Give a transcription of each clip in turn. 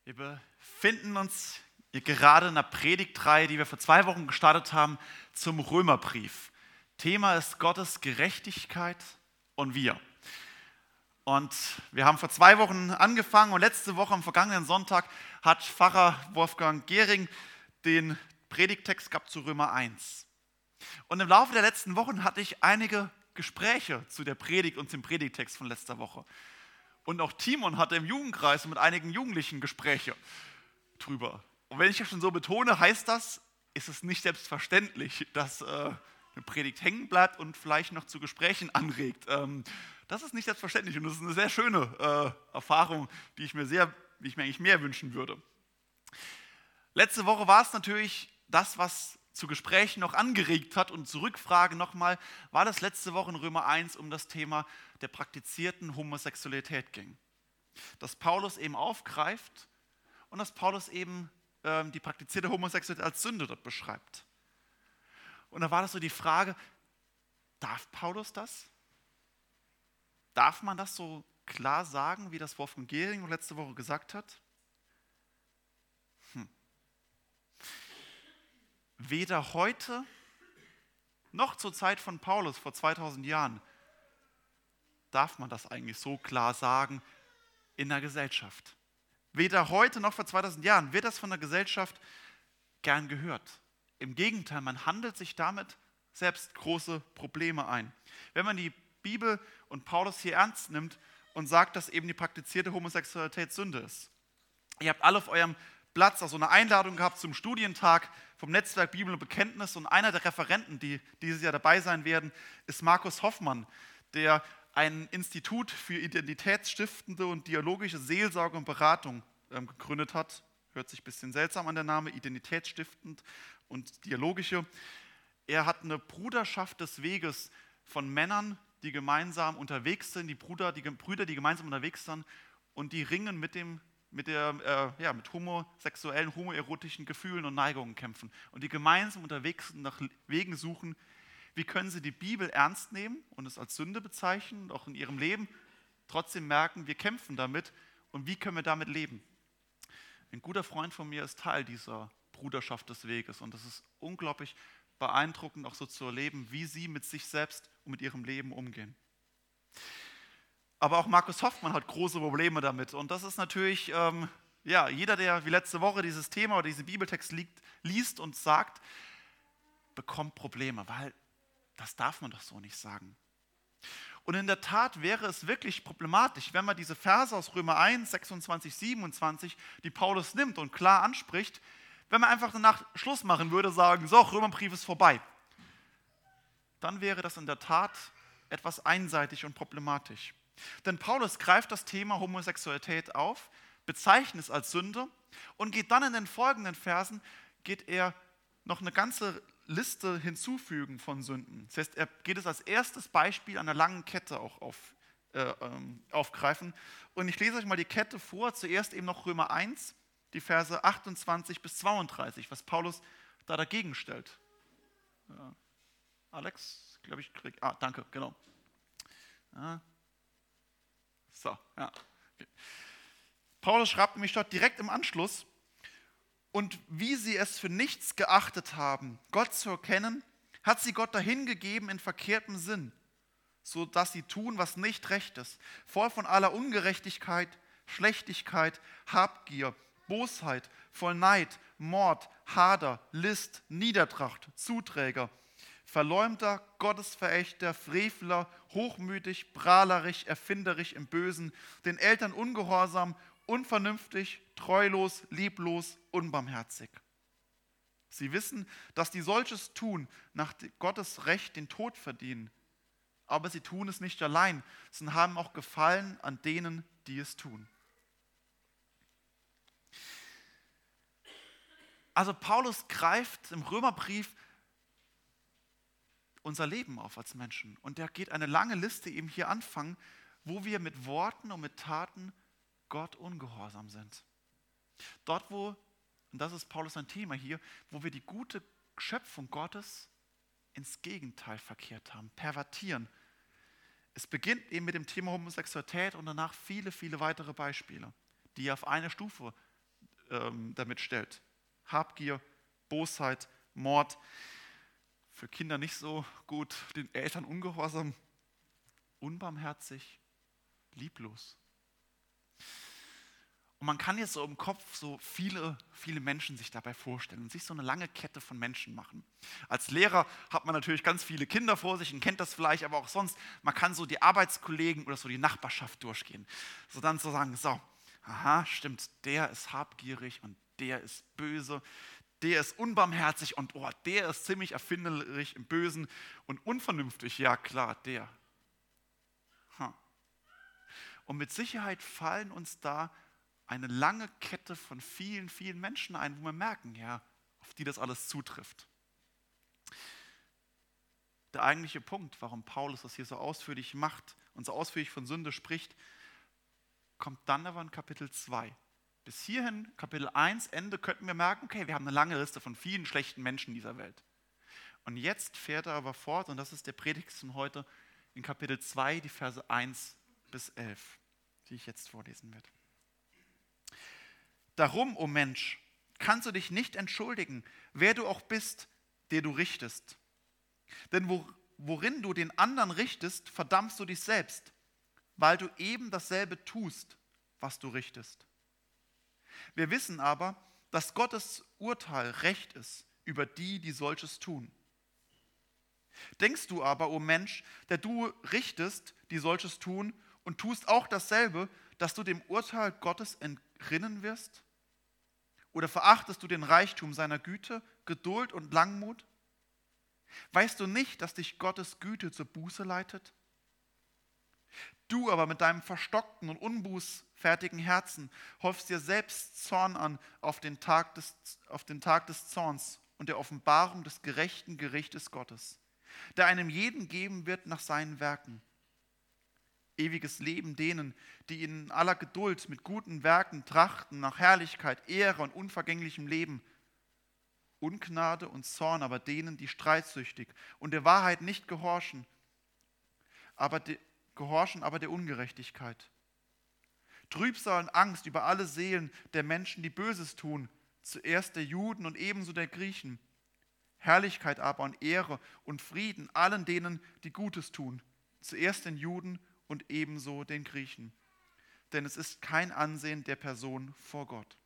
Wir befinden uns hier gerade in einer Predigtreihe, die wir vor 2 Wochen gestartet haben, zum Römerbrief. Thema ist Gottes Gerechtigkeit und wir. Und wir haben vor 2 Wochen angefangen und letzte Woche am vergangenen Sonntag hat Pfarrer Wolfgang Gehring den Predigttext gehabt zu Römer 1. Und im Laufe der letzten Wochen hatte ich einige Gespräche zu der Predigt und zum Predigttext von letzter Woche. Und auch Timon hatte im Jugendkreis mit einigen Jugendlichen Gespräche drüber. Und wenn ich das schon so betone, heißt das, ist es nicht selbstverständlich, dass eine Predigt hängen bleibt und vielleicht noch zu Gesprächen anregt. Das ist nicht selbstverständlich und das ist eine sehr schöne Erfahrung, die ich mir eigentlich mehr wünschen würde. Letzte Woche war es natürlich das, was zu Gesprächen noch angeregt hat und zur Rückfrage nochmal, war das letzte Woche in Römer 1 um das Thema der praktizierten Homosexualität ging. Dass Paulus eben aufgreift und dass Paulus eben die praktizierte Homosexualität als Sünde dort beschreibt. Und da war das so die Frage, darf Paulus das? Darf man das so klar sagen, wie das Wolfgang Gehring letzte Woche gesagt hat? Weder heute noch zur Zeit von Paulus vor 2000 Jahren darf man das eigentlich so klar sagen in der Gesellschaft. Weder heute noch vor 2000 Jahren wird das von der Gesellschaft gern gehört. Im Gegenteil, man handelt sich damit selbst große Probleme ein. Wenn man die Bibel und Paulus hier ernst nimmt und sagt, dass eben die praktizierte Homosexualität Sünde ist. Ihr habt alle auf eurem Platz auch so eine Einladung gehabt zum Studientag vom Netzwerk Bibel und Bekenntnis und einer der Referenten, die dieses Jahr dabei sein werden, ist Markus Hoffmann, der ein Institut für identitätsstiftende und dialogische Seelsorge und Beratung gegründet hat. Hört sich ein bisschen seltsam an der Name, identitätsstiftend und dialogische. Er hat eine Bruderschaft des Weges von Männern, die gemeinsam unterwegs sind, die Brüder, die gemeinsam unterwegs sind und die ringen mit homosexuellen, homoerotischen Gefühlen und Neigungen kämpfen und die gemeinsam unterwegs sind, nach Wegen suchen, wie können sie die Bibel ernst nehmen und es als Sünde bezeichnen und auch in ihrem Leben trotzdem merken, wir kämpfen damit und wie können wir damit leben. Ein guter Freund von mir ist Teil dieser Bruderschaft des Weges und das ist unglaublich beeindruckend, auch so zu erleben, wie sie mit sich selbst und mit ihrem Leben umgehen. Aber auch Markus Hoffmann hat große Probleme damit. Und das ist natürlich, jeder, der wie letzte Woche dieses Thema oder diesen Bibeltext liest und sagt, bekommt Probleme, weil das darf man doch so nicht sagen. Und in der Tat wäre es wirklich problematisch, wenn man diese Verse aus Römer 1, 26, 27, die Paulus nimmt und klar anspricht, wenn man einfach danach Schluss machen würde, sagen, so, Römerbrief ist vorbei. Dann wäre das in der Tat etwas einseitig und problematisch. Denn Paulus greift das Thema Homosexualität auf, bezeichnet es als Sünde und geht dann in den folgenden Versen, geht er noch eine ganze Liste hinzufügen von Sünden. Das heißt, er geht es als erstes Beispiel einer langen Kette auch aufgreifen. Und ich lese euch mal die Kette vor, zuerst eben noch Römer 1, die Verse 28 bis 32, was Paulus da dagegen stellt. Ja. Alex, glaube ich, danke, genau. Ja. So, ja. Okay. Paulus schreibt nämlich dort direkt im Anschluss, und wie sie es für nichts geachtet haben, Gott zu erkennen, hat sie Gott dahingegeben in verkehrtem Sinn, so dass sie tun, was nicht recht ist, voll von aller Ungerechtigkeit, Schlechtigkeit, Habgier, Bosheit, voll Neid, Mord, Hader, List, Niedertracht, Zuträger, Verleumder, Gottesverächter, Frevler, hochmütig, prahlerisch, erfinderisch im Bösen, den Eltern ungehorsam, unvernünftig, treulos, lieblos, unbarmherzig. Sie wissen, dass die solches tun, nach Gottes Recht den Tod verdienen. Aber sie tun es nicht allein, sondern haben auch Gefallen an denen, die es tun. Also Paulus greift im Römerbrief unser Leben auf als Menschen. Und der geht eine lange Liste eben hier anfangen, wo wir mit Worten und mit Taten Gott ungehorsam sind. Dort, und das ist Paulus ein Thema hier, wo wir die gute Schöpfung Gottes ins Gegenteil verkehrt haben, pervertieren. Es beginnt eben mit dem Thema Homosexualität und danach viele, viele weitere Beispiele, die auf eine Stufe damit stellt. Habgier, Bosheit, Mord, für Kinder nicht so gut, den Eltern ungehorsam, unbarmherzig, lieblos. Und man kann jetzt so im Kopf so viele Menschen sich dabei vorstellen und sich so eine lange Kette von Menschen machen. Als Lehrer hat man natürlich ganz viele Kinder vor sich und kennt das vielleicht, aber auch sonst, man kann so die Arbeitskollegen oder so die Nachbarschaft durchgehen. So dann zu sagen, so, aha, stimmt, der ist habgierig und der ist böse, der ist unbarmherzig und oh, der ist ziemlich erfinderisch im Bösen und unvernünftig, ja klar, der. Und mit Sicherheit fallen uns da eine lange Kette von vielen Menschen ein, wo wir merken, ja, auf die das alles zutrifft. Der eigentliche Punkt, warum Paulus das hier so ausführlich macht und so ausführlich von Sünde spricht, kommt dann aber in Kapitel 2. Bis hierhin, Kapitel 1, Ende, könnten wir merken, okay, wir haben eine lange Liste von vielen schlechten Menschen dieser Welt. Und jetzt fährt er aber fort, und das ist der Predigt von heute, in Kapitel 2, die Verse 1 bis 11, die ich jetzt vorlesen werde. Darum, o Mensch, kannst du dich nicht entschuldigen, wer du auch bist, der du richtest. Denn worin du den anderen richtest, verdammst du dich selbst, weil du eben dasselbe tust, was du richtest. Wir wissen aber, dass Gottes Urteil recht ist über die, die solches tun. Denkst du aber, o Mensch, der du richtest, die solches tun, und tust auch dasselbe, dass du dem Urteil Gottes entrinnen wirst? Oder verachtest du den Reichtum seiner Güte, Geduld und Langmut? Weißt du nicht, dass dich Gottes Güte zur Buße leitet? Du aber mit deinem verstockten und unbußfertigen Herzen häufst dir selbst Zorn an auf den Tag des Zorns und der Offenbarung des gerechten Gerichtes Gottes, der einem jeden geben wird nach seinen Werken. Ewiges Leben denen, die in aller Geduld mit guten Werken trachten, nach Herrlichkeit, Ehre und unvergänglichem Leben. Ungnade und Zorn aber denen, die streitsüchtig und der Wahrheit nicht gehorchen, aber der Ungerechtigkeit. Trübsal und Angst über alle Seelen der Menschen, die Böses tun, zuerst der Juden und ebenso der Griechen. Herrlichkeit aber und Ehre und Frieden allen denen, die Gutes tun, zuerst den Juden und ebenso den Griechen. Denn es ist kein Ansehen der Person vor Gott.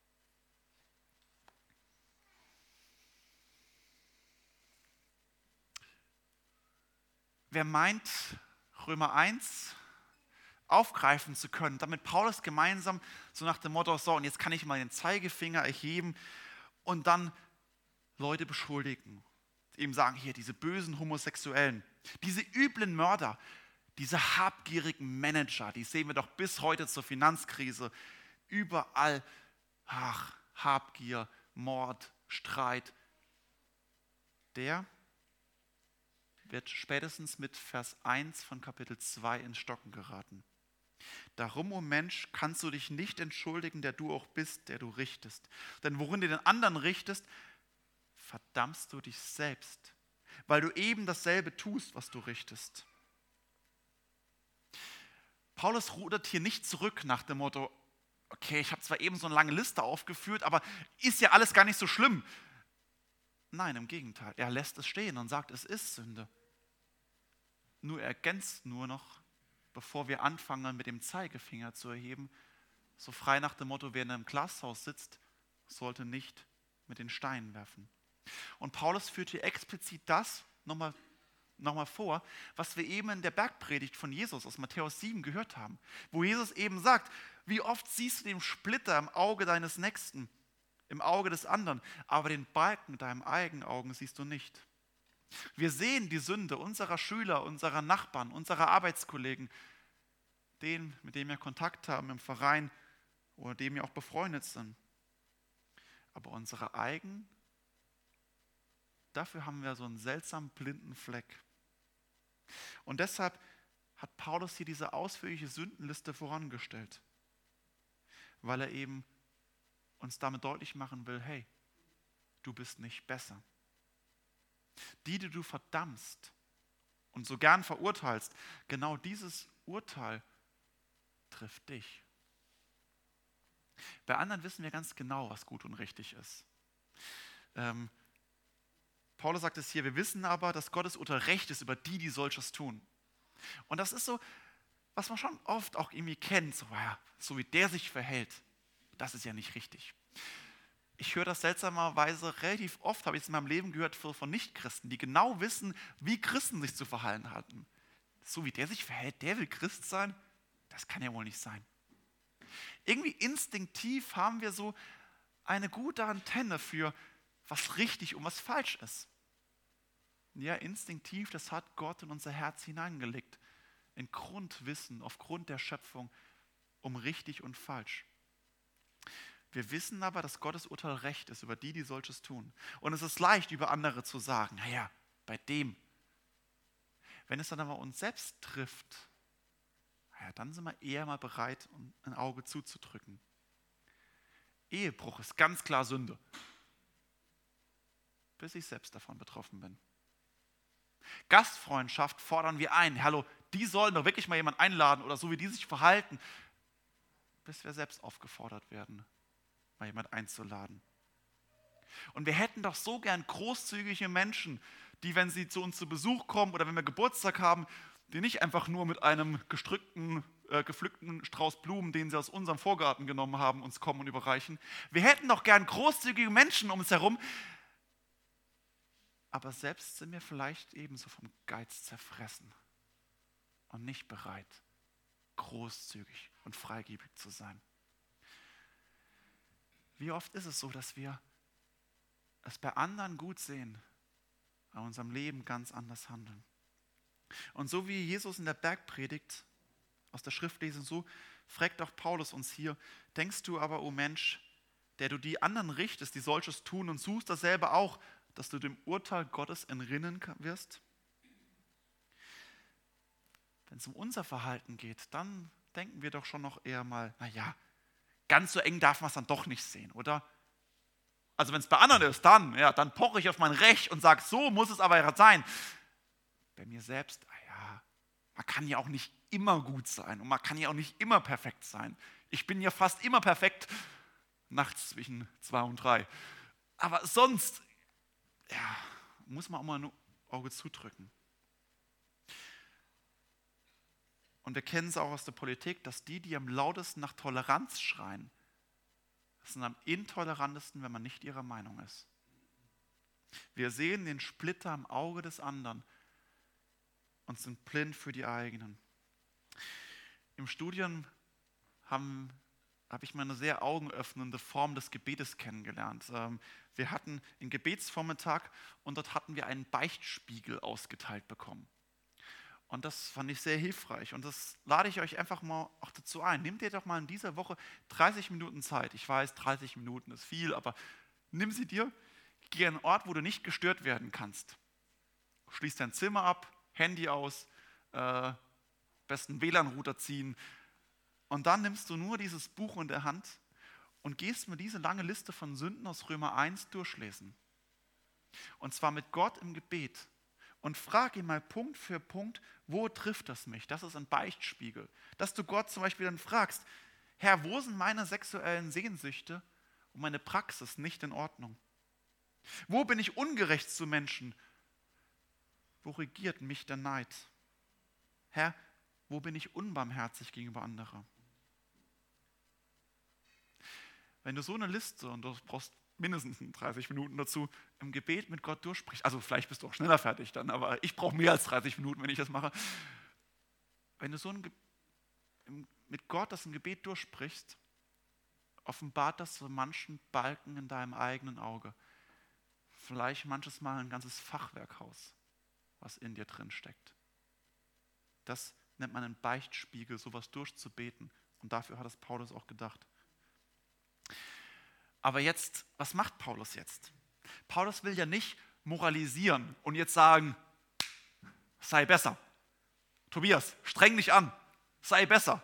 Wer meint, Römer 1 aufgreifen zu können, damit Paulus gemeinsam so nach dem Motto, so und jetzt kann ich mal den Zeigefinger erheben und dann Leute beschuldigen, eben sagen, hier diese bösen Homosexuellen, diese üblen Mörder, diese habgierigen Manager, die sehen wir doch bis heute zur Finanzkrise, überall, Habgier, Mord, Streit, der wird spätestens mit Vers 1 von Kapitel 2 ins Stocken geraten. Darum, o Mensch, kannst du dich nicht entschuldigen, der du auch bist, der du richtest. Denn worin du den anderen richtest, verdammst du dich selbst, weil du eben dasselbe tust, was du richtest. Paulus rudert hier nicht zurück nach dem Motto, okay, ich habe zwar eben so eine lange Liste aufgeführt, aber ist ja alles gar nicht so schlimm. Nein, im Gegenteil, er lässt es stehen und sagt, es ist Sünde. Nur er ergänzt nur noch, bevor wir anfangen, mit dem Zeigefinger zu erheben, so frei nach dem Motto, wer in einem Glashaus sitzt, sollte nicht mit den Steinen werfen. Und Paulus führt hier explizit das nochmal vor, was wir eben in der Bergpredigt von Jesus aus Matthäus 7 gehört haben, wo Jesus eben sagt, wie oft siehst du den Splitter im Auge deines Nächsten, im Auge des anderen, aber den Balken in deinem eigenen Augen siehst du nicht. Wir sehen die Sünde unserer Schüler, unserer Nachbarn, unserer Arbeitskollegen, denen, mit denen wir Kontakt haben im Verein oder denen wir auch befreundet sind. Aber unsere eigenen, dafür haben wir so einen seltsamen blinden Fleck. Und deshalb hat Paulus hier diese ausführliche Sündenliste vorangestellt, weil er eben uns damit deutlich machen will, hey, du bist nicht besser. Die du verdammst und so gern verurteilst, genau dieses Urteil trifft dich. Bei anderen wissen wir ganz genau, was gut und richtig ist. Paulus sagt es hier, wir wissen aber, dass Gottes Urteil recht ist über die, die solches tun. Und das ist so, was man schon oft auch irgendwie kennt, so wie der sich verhält, das ist ja nicht richtig. Ich höre das seltsamerweise relativ oft, habe ich es in meinem Leben gehört, von Nichtchristen, die genau wissen, wie Christen sich zu verhalten hatten. So wie der sich verhält, der will Christ sein? Das kann ja wohl nicht sein. Irgendwie instinktiv haben wir so eine gute Antenne für, was richtig und was falsch ist. Ja, instinktiv, das hat Gott in unser Herz hineingelegt. In Grundwissen, aufgrund der Schöpfung, um richtig und falsch. Wir wissen aber, dass Gottes Urteil recht ist über die, die solches tun. Und es ist leicht, über andere zu sagen, naja, bei dem. Wenn es dann aber uns selbst trifft, naja, dann sind wir eher mal bereit, ein Auge zuzudrücken. Ehebruch ist ganz klar Sünde, bis ich selbst davon betroffen bin. Gastfreundschaft fordern wir ein. Hallo, die sollen doch wirklich mal jemanden einladen oder so, wie die sich verhalten, bis wir selbst aufgefordert werden, mal jemand einzuladen. Und wir hätten doch so gern großzügige Menschen, die, wenn sie zu uns zu Besuch kommen oder wenn wir Geburtstag haben, die nicht einfach nur mit einem gepflückten Strauß Blumen, den sie aus unserem Vorgarten genommen haben, uns kommen und überreichen. Wir hätten doch gern großzügige Menschen um uns herum, aber selbst sind wir vielleicht ebenso vom Geiz zerfressen und nicht bereit, großzügig und freigebig zu sein. Wie oft ist es so, dass wir es bei anderen gut sehen, in unserem Leben ganz anders handeln. Und so wie Jesus in der Bergpredigt aus der Schrift lesen, so fragt auch Paulus uns hier, denkst du aber, o Mensch, der du die anderen richtest, die solches tun und suchst dasselbe auch, dass du dem Urteil Gottes entrinnen wirst? Wenn es um unser Verhalten geht, dann denken wir doch schon noch eher mal, naja, ganz so eng darf man es dann doch nicht sehen, oder? Also wenn es bei anderen ist, dann poche ich auf mein Recht und sage, so muss es aber sein. Bei mir selbst, man kann ja auch nicht immer gut sein und man kann ja auch nicht immer perfekt sein. Ich bin ja fast immer perfekt, nachts zwischen 2 und 3. Aber sonst, muss man auch mal ein Auge zudrücken. Und wir kennen es auch aus der Politik, dass die am lautesten nach Toleranz schreien, sind am intolerantesten, wenn man nicht ihrer Meinung ist. Wir sehen den Splitter im Auge des anderen und sind blind für die eigenen. Im Studium habe ich mal eine sehr augenöffnende Form des Gebetes kennengelernt. Wir hatten einen Gebetsvormittag und dort hatten wir einen Beichtspiegel ausgeteilt bekommen. Und das fand ich sehr hilfreich und das lade ich euch einfach mal auch dazu ein. Nehmt ihr doch mal in dieser Woche 30 Minuten Zeit. Ich weiß, 30 Minuten ist viel, aber nimm sie dir, geh an einen Ort, wo du nicht gestört werden kannst. Schließ dein Zimmer ab, Handy aus, besten WLAN-Router ziehen und dann nimmst du nur dieses Buch in der Hand und gehst mir diese lange Liste von Sünden aus Römer 1 durchlesen. Und zwar mit Gott im Gebet. Und frag ihn mal Punkt für Punkt, wo trifft das mich? Das ist ein Beichtspiegel. Dass du Gott zum Beispiel dann fragst, Herr, wo sind meine sexuellen Sehnsüchte und meine Praxis nicht in Ordnung? Wo bin ich ungerecht zu Menschen? Wo regiert mich der Neid? Herr, wo bin ich unbarmherzig gegenüber anderen? Wenn du so eine Liste, und du brauchst mindestens 30 Minuten dazu, im Gebet mit Gott durchsprichst, also vielleicht bist du auch schneller fertig dann, aber ich brauche mehr als 30 Minuten, wenn ich das mache. Wenn du so mit Gott das im Gebet durchsprichst, offenbart das so manchen Balken in deinem eigenen Auge. Vielleicht manches Mal ein ganzes Fachwerkhaus, was in dir drin steckt. Das nennt man einen Beichtspiegel, sowas durchzubeten. Und dafür hat es Paulus auch gedacht. Aber jetzt, was macht Paulus jetzt? Paulus will ja nicht moralisieren und jetzt sagen, sei besser. Tobias, streng dich an, sei besser.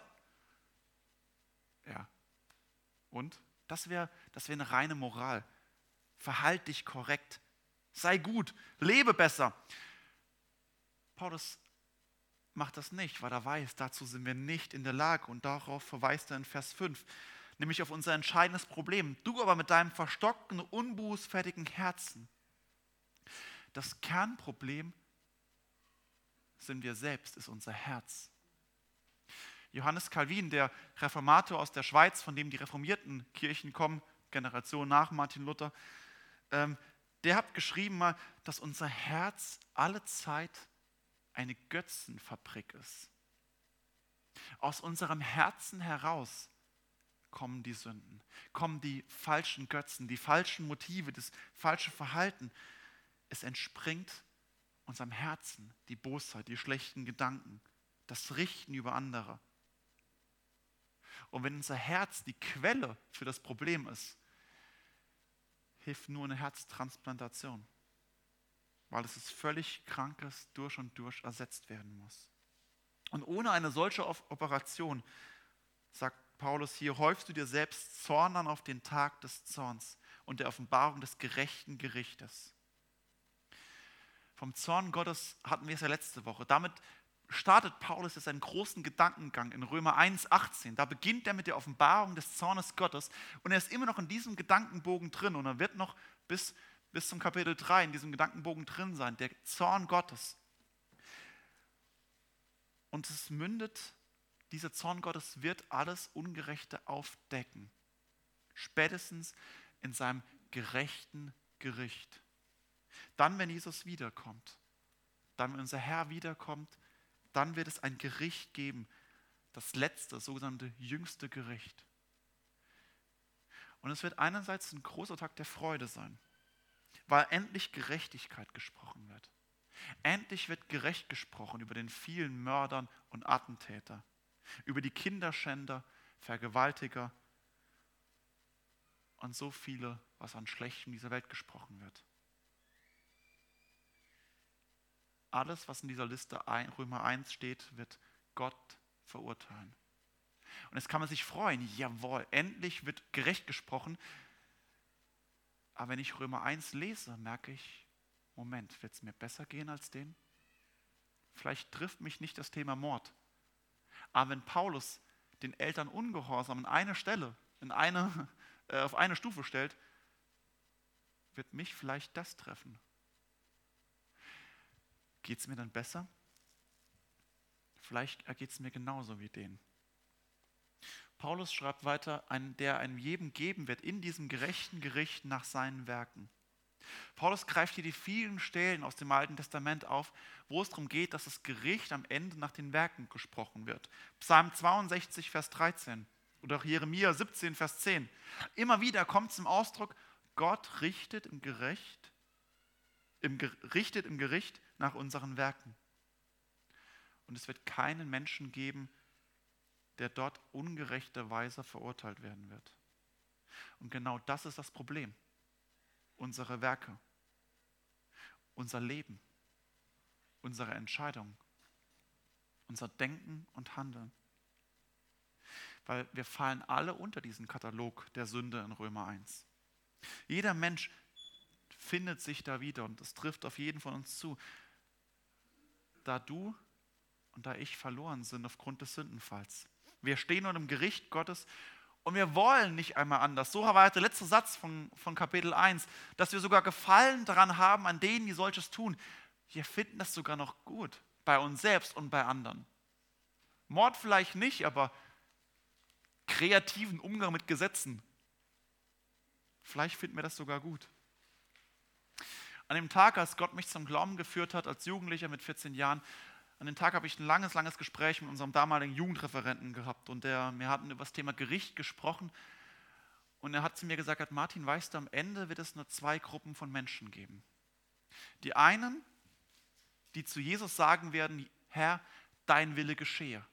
Ja. Und? Das wäre eine reine Moral. Verhalt dich korrekt. Sei gut, lebe besser. Paulus macht das nicht, weil er weiß, dazu sind wir nicht in der Lage. Und darauf verweist er in Vers 5. nämlich auf unser entscheidendes Problem. Du aber mit deinem verstockten, unbußfertigen Herzen. Das Kernproblem sind wir selbst, ist unser Herz. Johannes Calvin, der Reformator aus der Schweiz, von dem die reformierten Kirchen kommen, Generation nach Martin Luther, der hat geschrieben mal, dass unser Herz alle Zeit eine Götzenfabrik ist. Aus unserem Herzen heraus kommen die Sünden, kommen die falschen Götzen, die falschen Motive, das falsche Verhalten. Es entspringt unserem Herzen die Bosheit, die schlechten Gedanken, das Richten über andere. Und wenn unser Herz die Quelle für das Problem ist, hilft nur eine Herztransplantation, weil es völlig krankes durch und durch ersetzt werden muss. Und ohne eine solche Operation, sagt Paulus hier, häufst du dir selbst Zorn an auf den Tag des Zorns und der Offenbarung des gerechten Gerichtes. Vom Zorn Gottes hatten wir es ja letzte Woche. Damit startet Paulus jetzt einen großen Gedankengang in Römer 1,18. Da beginnt er mit der Offenbarung des Zornes Gottes und er ist immer noch in diesem Gedankenbogen drin und er wird noch bis zum Kapitel 3 in diesem Gedankenbogen drin sein, der Zorn Gottes. Und es mündet, dieser Zorn Gottes wird alles Ungerechte aufdecken, spätestens in seinem gerechten Gericht. Dann, wenn Jesus wiederkommt, dann, wenn unser Herr wiederkommt, dann wird es ein Gericht geben, das letzte, sogenannte jüngste Gericht. Und es wird einerseits ein großer Tag der Freude sein, weil endlich Gerechtigkeit gesprochen wird. Endlich wird gerecht gesprochen über den vielen Mördern und Attentäter, über die Kinderschänder, Vergewaltiger und so viele, was an Schlechtem dieser Welt gesprochen wird. Alles, was in dieser Liste Römer 1 steht, wird Gott verurteilen. Und jetzt kann man sich freuen, jawohl, endlich wird gerecht gesprochen. Aber wenn ich Römer 1 lese, merke ich, Moment, wird es mir besser gehen als denen? Vielleicht trifft mich nicht das Thema Mord. Aber wenn Paulus den Eltern Ungehorsam an eine Stelle, auf eine Stufe stellt, wird mich vielleicht das treffen. Geht es mir dann besser? Vielleicht ergeht es mir genauso wie denen. Paulus schreibt weiter, der einem jedem geben wird in diesem gerechten Gericht nach seinen Werken. Paulus greift hier die vielen Stellen aus dem Alten Testament auf, wo es darum geht, dass das Gericht am Ende nach den Werken gesprochen wird. Psalm 62, Vers 13 oder auch Jeremia 17, Vers 10. Immer wieder kommt zum Ausdruck, Gott richtet im Gericht nach unseren Werken. Und es wird keinen Menschen geben, der dort ungerechterweise verurteilt werden wird. Und genau das ist das Problem. Unsere Werke, unser Leben, unsere Entscheidungen, unser Denken und Handeln. Weil wir fallen alle unter diesen Katalog der Sünde in Römer 1. Jeder Mensch findet sich da wieder und es trifft auf jeden von uns zu. Da du und da ich verloren sind aufgrund des Sündenfalls. Wir stehen unter dem Gericht Gottes und wir wollen nicht einmal anders. So war der letzte Satz von Kapitel 1, dass wir sogar Gefallen daran haben, an denen, die solches tun. Wir finden das sogar noch gut, bei uns selbst und bei anderen. Mord vielleicht nicht, aber kreativen Umgang mit Gesetzen. Vielleicht finden wir das sogar gut. An dem Tag, als Gott mich zum Glauben geführt hat, als Jugendlicher mit 14 Jahren, an dem Tag habe ich ein langes Gespräch mit unserem damaligen Jugendreferenten gehabt und wir hatten über das Thema Gericht gesprochen und er hat zu mir gesagt, Martin, weißt du, am Ende wird es nur 2 Gruppen von Menschen geben. Die einen, die zu Jesus sagen werden, Herr, dein Wille geschehe.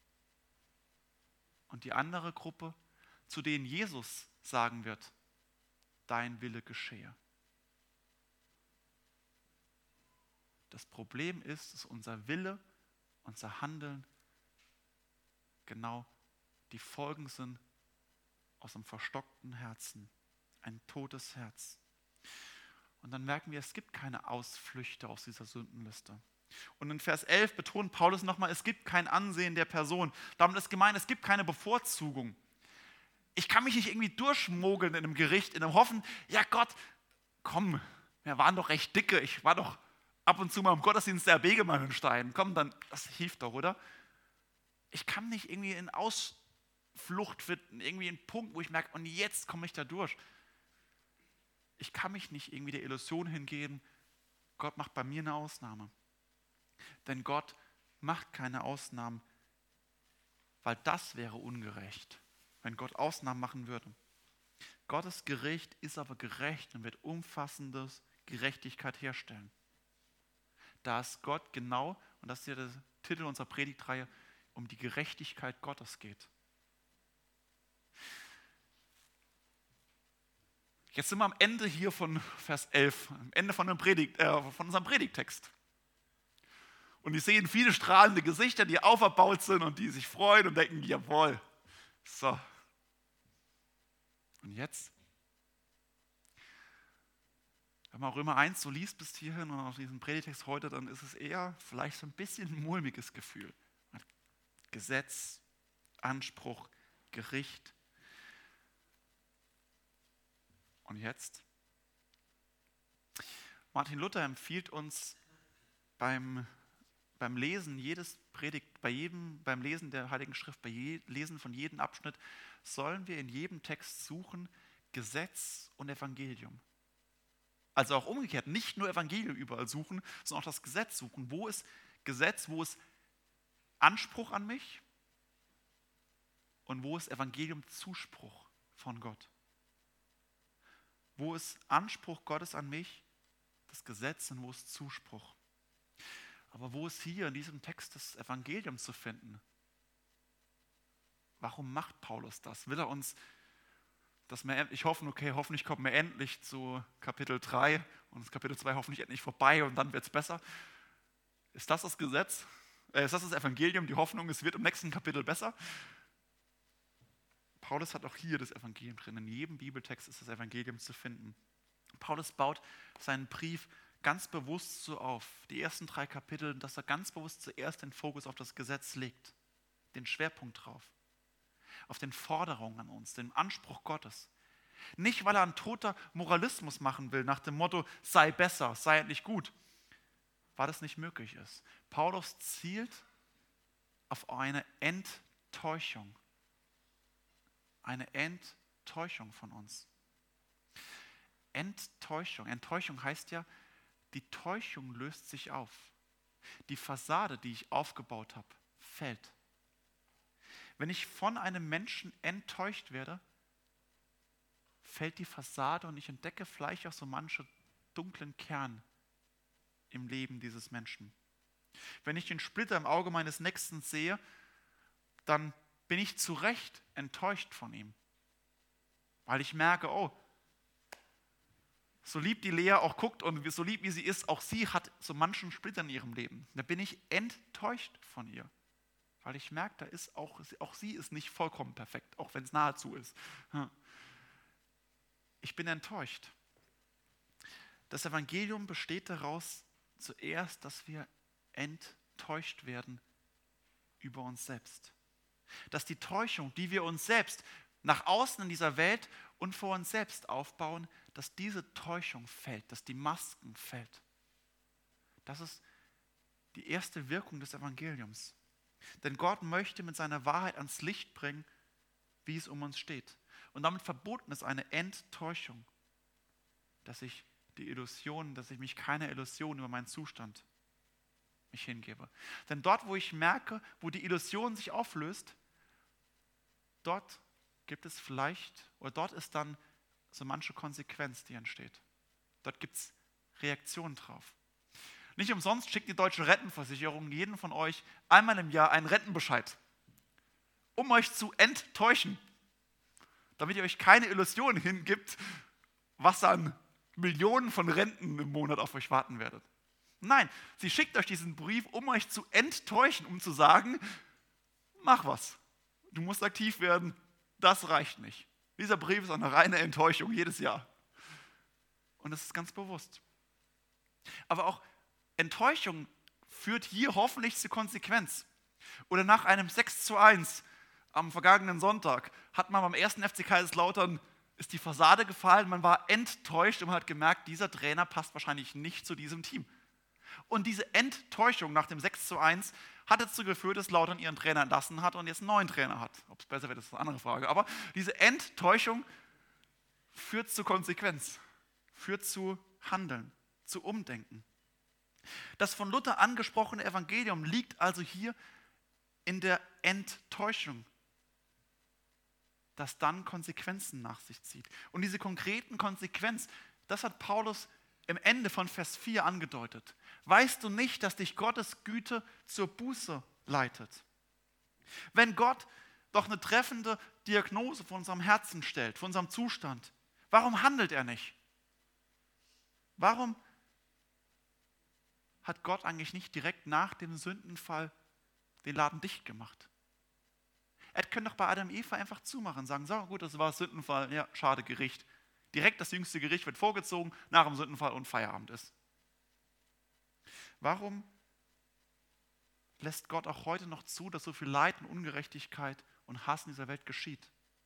Und die andere Gruppe, zu denen Jesus sagen wird, dein Wille geschehe. Das Problem ist, dass unser Wille, unser Handeln genau die Folgen sind aus einem verstockten Herzen, ein totes Herz. Und dann merken wir, es gibt keine Ausflüchte aus dieser Sündenliste. Und in Vers 11 betont Paulus nochmal, es gibt kein Ansehen der Person. Damit ist gemeint, es gibt keine Bevorzugung. Ich kann mich nicht irgendwie durchmogeln in einem Gericht, in einem Hoffen, ja Gott, komm, wir waren doch recht dicke, ich war doch ab und zu mal im Gottesdienst der Begemann in Stein, komm, dann, das hilft doch, oder? Ich kann nicht irgendwie in Ausflucht finden, irgendwie einen Punkt, wo ich merke, und jetzt komme ich da durch. Ich kann mich nicht irgendwie der Illusion hingeben, Gott macht bei mir eine Ausnahme. Denn Gott macht keine Ausnahmen, weil das wäre ungerecht, wenn Gott Ausnahmen machen würde. Gottes Gericht ist aber gerecht und wird umfassende Gerechtigkeit herstellen. Da es Gott genau, und das ist ja der Titel unserer Predigtreihe, um die Gerechtigkeit Gottes geht. Jetzt sind wir am Ende hier von Vers 11, am Ende von unserem Predigttext. Und ich sehe viele strahlende Gesichter, die auferbaut sind und die sich freuen und denken, jawohl. So. Und jetzt? Wenn man Römer 1 so liest bis hierhin und auch diesen Predigtext heute, dann ist es eher vielleicht so ein bisschen ein mulmiges Gefühl. Gesetz, Anspruch, Gericht. Und jetzt? Martin Luther empfiehlt uns beim Lesen beim Lesen der Heiligen Schrift, Lesen von jedem Abschnitt, sollen wir in jedem Text suchen Gesetz und Evangelium. Also auch umgekehrt, nicht nur Evangelium überall suchen, sondern auch das Gesetz suchen. Wo ist Gesetz, wo ist Anspruch an mich und wo ist Evangelium Zuspruch von Gott? Wo ist Anspruch Gottes an mich, das Gesetz, und wo ist Zuspruch? Aber wo ist hier in diesem Text das Evangelium zu finden? Warum macht Paulus das? Will er uns, hoffentlich kommen wir endlich zu Kapitel 3 und das Kapitel 2 hoffentlich endlich vorbei und dann wird es besser. Ist das das Gesetz? Ist das das Evangelium? Die Hoffnung, es wird im nächsten Kapitel besser? Paulus hat auch hier das Evangelium drin. In jedem Bibeltext ist das Evangelium zu finden. Paulus baut seinen Brief ganz bewusst so auf, die ersten 3 Kapitel, dass er ganz bewusst zuerst den Fokus auf das Gesetz legt, den Schwerpunkt drauf, auf den Forderungen an uns, den Anspruch Gottes. Nicht, weil er einen toter Moralismus machen will, nach dem Motto, sei besser, sei endlich gut, weil das nicht möglich ist. Paulus zielt auf eine Enttäuschung von uns. Enttäuschung heißt ja, die Täuschung löst sich auf. Die Fassade, die ich aufgebaut habe, fällt. Wenn ich von einem Menschen enttäuscht werde, fällt die Fassade und ich entdecke vielleicht auch so manche dunklen Kern im Leben dieses Menschen. Wenn ich den Splitter im Auge meines Nächsten sehe, dann bin ich zu Recht enttäuscht von ihm. Weil ich merke, oh, so lieb die Lea auch guckt und so lieb wie sie ist, auch sie hat so manchen Splitter in ihrem Leben. Da bin ich enttäuscht von ihr. Weil ich merke, da ist auch sie ist nicht vollkommen perfekt, auch wenn es nahezu ist. Ich bin enttäuscht. Das Evangelium besteht daraus zuerst, dass wir enttäuscht werden über uns selbst. Dass die Täuschung, die wir uns selbst nach außen in dieser Welt und vor uns selbst aufbauen, dass diese Täuschung fällt, dass die Masken fällt. Das ist die erste Wirkung des Evangeliums. Denn Gott möchte mit seiner Wahrheit ans Licht bringen, wie es um uns steht. Und damit verboten ist eine Enttäuschung, dass ich mich keiner Illusion über meinen Zustand mich hingebe. Denn dort, wo ich merke, wo die Illusion sich auflöst, dort ist dann so manche Konsequenz, die entsteht. Dort gibt es Reaktionen drauf. Nicht umsonst schickt die Deutsche Rentenversicherung jedem von euch einmal im Jahr einen Rentenbescheid, um euch zu enttäuschen, damit ihr euch keine Illusion hingibt, was an Millionen von Renten im Monat auf euch warten werdet. Nein, sie schickt euch diesen Brief, um euch zu enttäuschen, um zu sagen, mach was, du musst aktiv werden, das reicht nicht. Dieser Brief ist eine reine Enttäuschung jedes Jahr. Und das ist ganz bewusst. Aber auch Enttäuschung führt hier hoffentlich zur Konsequenz. Oder nach einem 6:1 Am vergangenen Sonntag hat man beim ersten FC Kaiserslautern ist die Fassade gefallen, man war enttäuscht und man hat gemerkt, dieser Trainer passt wahrscheinlich nicht zu diesem Team. Und diese Enttäuschung nach dem 6:1 hat dazu geführt, dass Lautern ihren Trainer entlassen hat und jetzt einen neuen Trainer hat. Ob es besser wird, ist eine andere Frage. Aber diese Enttäuschung führt zu Konsequenz, führt zu Handeln, zu Umdenken. Das von Luther angesprochene Evangelium liegt also hier in der Enttäuschung, das dann Konsequenzen nach sich zieht. Und diese konkreten Konsequenzen, das hat Paulus im Ende von Vers 4 angedeutet. Weißt du nicht, dass dich Gottes Güte zur Buße leitet? Wenn Gott doch eine treffende Diagnose von unserem Herzen stellt, von unserem Zustand, warum handelt er nicht? Warum hat Gott eigentlich nicht direkt nach dem Sündenfall den Laden dicht gemacht? Er könnte doch bei Adam und Eva einfach zumachen, sagen, so gut, das war Sündenfall, ja, schade, Gericht. Direkt das jüngste Gericht wird vorgezogen, nach dem Sündenfall und Feierabend ist. Warum lässt Gott auch heute noch zu, dass so viel Leid und Ungerechtigkeit und Hass in dieser Welt geschieht?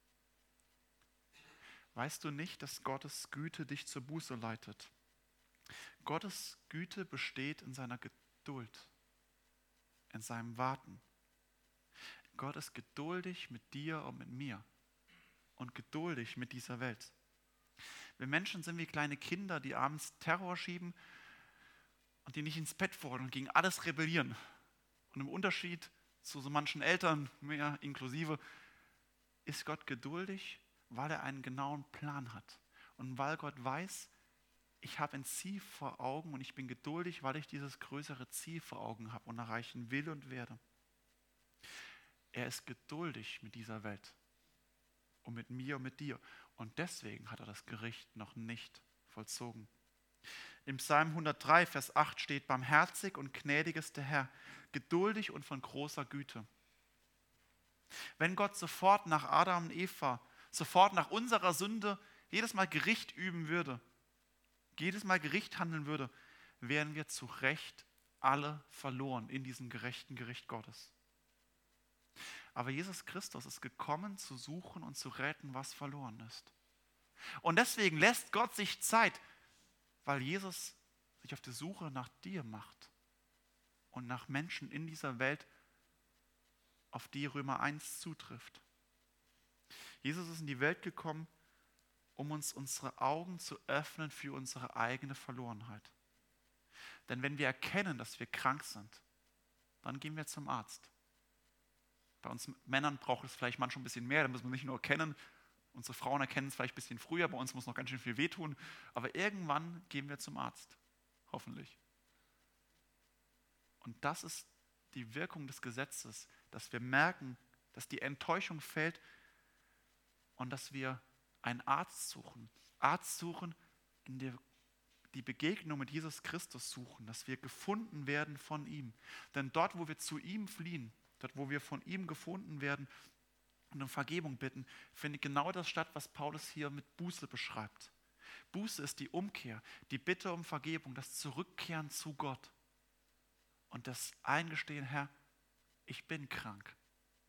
Weißt du nicht, dass Gottes Güte dich zur Buße leitet? Gottes Güte besteht in seiner Geduld, in seinem Warten. Gott ist geduldig mit dir und mit mir und geduldig mit dieser Welt. Wir Menschen sind wie kleine Kinder, die abends Terror schieben und die nicht ins Bett wollen und gegen alles rebellieren. Und im Unterschied zu so manchen Eltern, mehr inklusive, ist Gott geduldig, weil er einen genauen Plan hat. Und weil Gott weiß, ich habe ein Ziel vor Augen und ich bin geduldig, weil ich dieses größere Ziel vor Augen habe und erreichen will und werde. Er ist geduldig mit dieser Welt und mit mir und mit dir. Und deswegen hat er das Gericht noch nicht vollzogen. Im Psalm 103, Vers 8 steht, barmherzig und gnädig ist der Herr, geduldig und von großer Güte. Wenn Gott sofort nach Adam und Eva, sofort nach unserer Sünde jedes Mal Gericht üben würde, jedes Mal Gericht handeln würde, wären wir zu Recht alle verloren in diesem gerechten Gericht Gottes. Aber Jesus Christus ist gekommen, zu suchen und zu retten, was verloren ist. Und deswegen lässt Gott sich Zeit, weil Jesus sich auf die Suche nach dir macht und nach Menschen in dieser Welt, auf die Römer 1 zutrifft. Jesus ist in die Welt gekommen, um uns unsere Augen zu öffnen für unsere eigene Verlorenheit. Denn wenn wir erkennen, dass wir krank sind, dann gehen wir zum Arzt. Bei uns Männern braucht es vielleicht manchmal ein bisschen mehr, da müssen wir nicht nur erkennen, unsere Frauen erkennen es vielleicht ein bisschen früher, bei uns muss noch ganz schön viel wehtun, aber irgendwann gehen wir zum Arzt, hoffentlich. Und das ist die Wirkung des Gesetzes, dass wir merken, dass die Enttäuschung fällt und dass wir einen Arzt suchen, in der die Begegnung mit Jesus Christus suchen, dass wir gefunden werden von ihm. Denn dort, wo wir zu ihm fliehen, dort, wo wir von ihm gefunden werden und um Vergebung bitten, findet genau das statt, was Paulus hier mit Buße beschreibt. Buße ist die Umkehr, die Bitte um Vergebung, das Zurückkehren zu Gott und das Eingestehen, Herr, ich bin krank.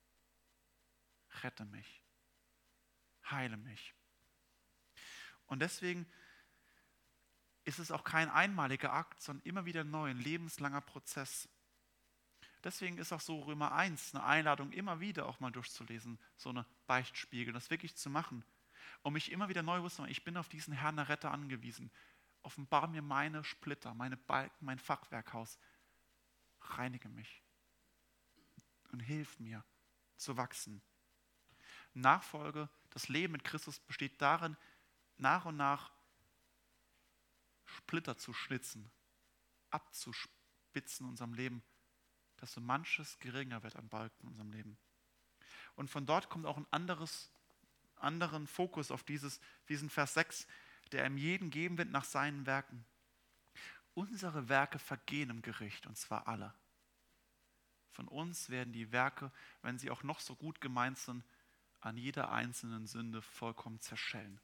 Rette mich. Heile mich. Und deswegen ist es auch kein einmaliger Akt, sondern immer wieder neu, ein lebenslanger Prozess. Deswegen ist auch so Römer 1 eine Einladung, immer wieder auch mal durchzulesen, so eine Beichtspiegel, das wirklich zu machen, um mich immer wieder neu zu machen, ich bin auf diesen Herrn der Retter angewiesen. Offenbar mir meine Splitter, meine Balken, mein Fachwerkhaus. Reinige mich und hilf mir zu wachsen. Nachfolge, das Leben mit Christus besteht darin, nach und nach Splitter zu schnitzen, abzuspitzen in unserem Leben, dass so manches geringer wird an Balken in unserem Leben. Und von dort kommt auch ein anderen Fokus auf diesen Vers 6, der ihm jeden geben wird nach seinen Werken. Unsere Werke vergehen im Gericht, und zwar alle. Von uns werden die Werke, wenn sie auch noch so gut gemeint sind, an jeder einzelnen Sünde vollkommen zerschellen.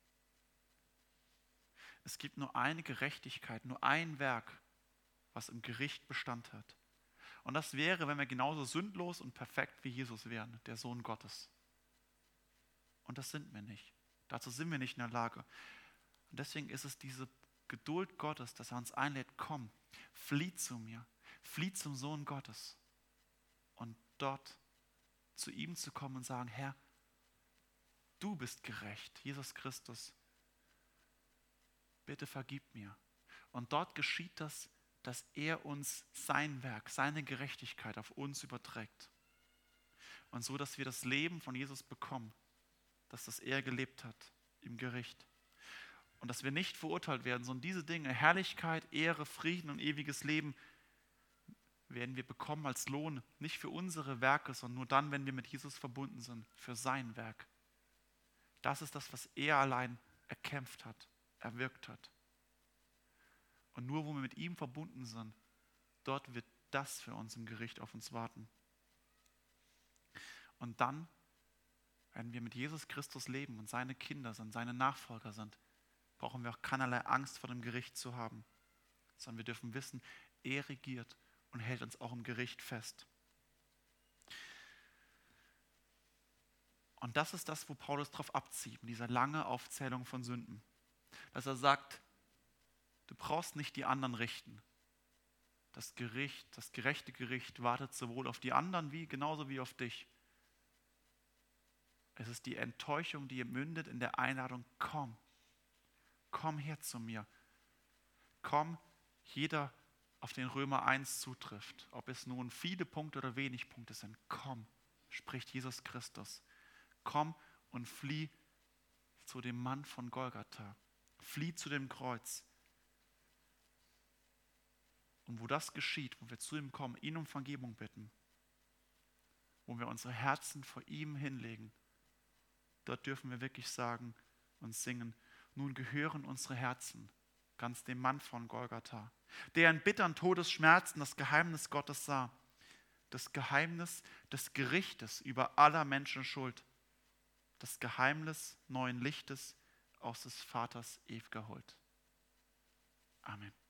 Es gibt nur eine Gerechtigkeit, nur ein Werk, was im Gericht Bestand hat. Und das wäre, wenn wir genauso sündlos und perfekt wie Jesus wären, der Sohn Gottes. Und das sind wir nicht. Dazu sind wir nicht in der Lage. Und deswegen ist es diese Geduld Gottes, dass er uns einlädt, komm, flieh zu mir, flieh zum Sohn Gottes. Und dort zu ihm zu kommen und sagen, Herr, du bist gerecht, Jesus Christus, bitte vergib mir. Und dort geschieht das, dass er uns sein Werk, seine Gerechtigkeit auf uns überträgt. Und so, dass wir das Leben von Jesus bekommen, dass das er gelebt hat im Gericht. Und dass wir nicht verurteilt werden, sondern diese Dinge, Herrlichkeit, Ehre, Frieden und ewiges Leben, werden wir bekommen als Lohn, nicht für unsere Werke, sondern nur dann, wenn wir mit Jesus verbunden sind, für sein Werk. Das ist das, was er allein erkämpft hat, erwirkt hat. Und nur, wo wir mit ihm verbunden sind, dort wird das für uns im Gericht auf uns warten. Und dann, wenn wir mit Jesus Christus leben und seine Kinder sind, seine Nachfolger sind, brauchen wir auch keinerlei Angst vor dem Gericht zu haben, sondern wir dürfen wissen, er regiert und hält uns auch im Gericht fest. Und das ist das, wo Paulus drauf abzieht, in dieser lange Aufzählung von Sünden. Dass er sagt, du brauchst nicht die anderen richten. Das Gericht, das gerechte Gericht wartet sowohl auf die anderen genauso wie auf dich. Es ist die Enttäuschung, die mündet in der Einladung, komm her zu mir. Komm, jeder auf den Römer 1 zutrifft, ob es nun viele Punkte oder wenig Punkte sind. Komm, spricht Jesus Christus. Komm und flieh zu dem Mann von Golgatha. Flieh zu dem Kreuz. Und wo das geschieht, wo wir zu ihm kommen, ihn um Vergebung bitten, wo wir unsere Herzen vor ihm hinlegen, dort dürfen wir wirklich sagen und singen, nun gehören unsere Herzen ganz dem Mann von Golgatha, der in bitteren Todesschmerzen das Geheimnis Gottes sah, das Geheimnis des Gerichtes über aller Menschen Schuld, das Geheimnis neuen Lichtes aus des Vaters ewiger Huld. Amen.